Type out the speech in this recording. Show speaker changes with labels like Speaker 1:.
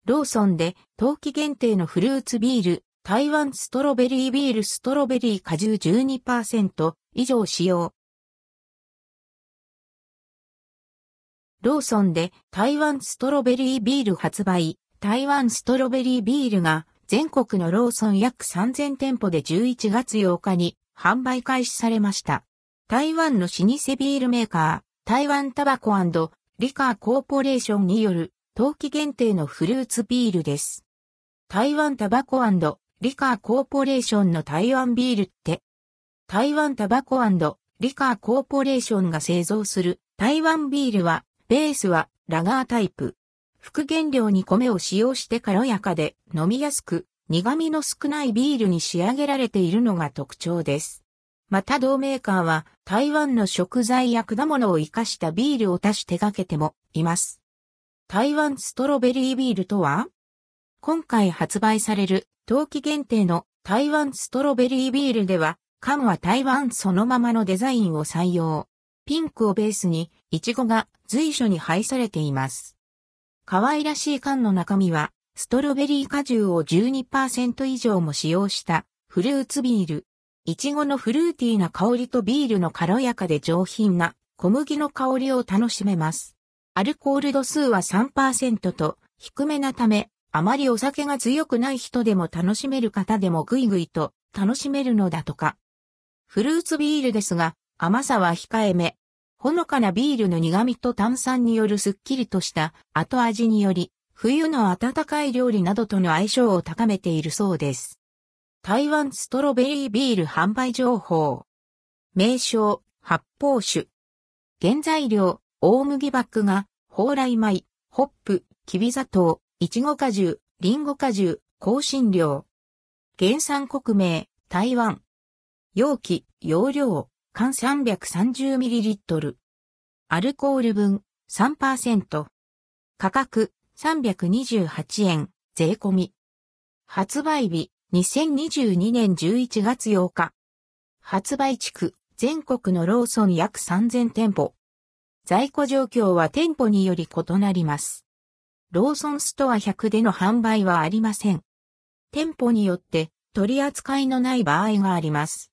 Speaker 1: ローソンで冬季限定のフルーツビール、台湾ストロベリービールストロベリー果汁 12% 以上使用。ローソンで台湾ストロベリービール発売。台湾ストロベリービールが全国のローソン約3000店舗で11月8日に販売開始されました。台湾の老舗ビールメーカー、台湾タバコ&リカーコーポレーションによる冬季限定のフルーツビールです。台湾タバコ&リカーコーポレーションの台湾ビールって、台湾タバコ&リカーコーポレーションが製造する台湾ビールは、ベースはラガータイプ。副原料に米を使用して軽やかで飲みやすく、苦味の少ないビールに仕上げられているのが特徴です。また同メーカーは台湾の食材や果物を活かしたビールを多種手掛けてもいます。台湾ストロベリービールとは？今回発売される冬季限定の台湾ストロベリービールでは、缶は台湾そのままのデザインを採用。ピンクをベースにイチゴが随所に配されています。可愛らしい缶の中身はストロベリー果汁を 12% 以上も使用したフルーツビール。イチゴのフルーティーな香りとビールの軽やかで上品な小麦の香りを楽しめます。アルコール度数は 3% と低めなため、あまりお酒が強くない人でも楽しめる方でもぐいぐいと楽しめるのだとか。フルーツビールですが、甘さは控えめ。ほのかなビールの苦味と炭酸によるすっきりとした後味により、冬の温かい料理などとの相性を高めているそうです。台湾ストロベリービール販売情報。名称、発泡酒。原材料、大麦麦芽、蓬莱米、ホップ、きび砂糖、いちご果汁、りんご果汁、香辛料。原産国名、台湾。容器、容量、缶 330ml。アルコール分、3%。価格、328円、税込み。発売日、2022年11月8日。発売地区、全国のローソン約3000店舗。在庫状況は店舗により異なります。ローソンストア100での販売はありません。店舗によって取り扱いのない場合があります。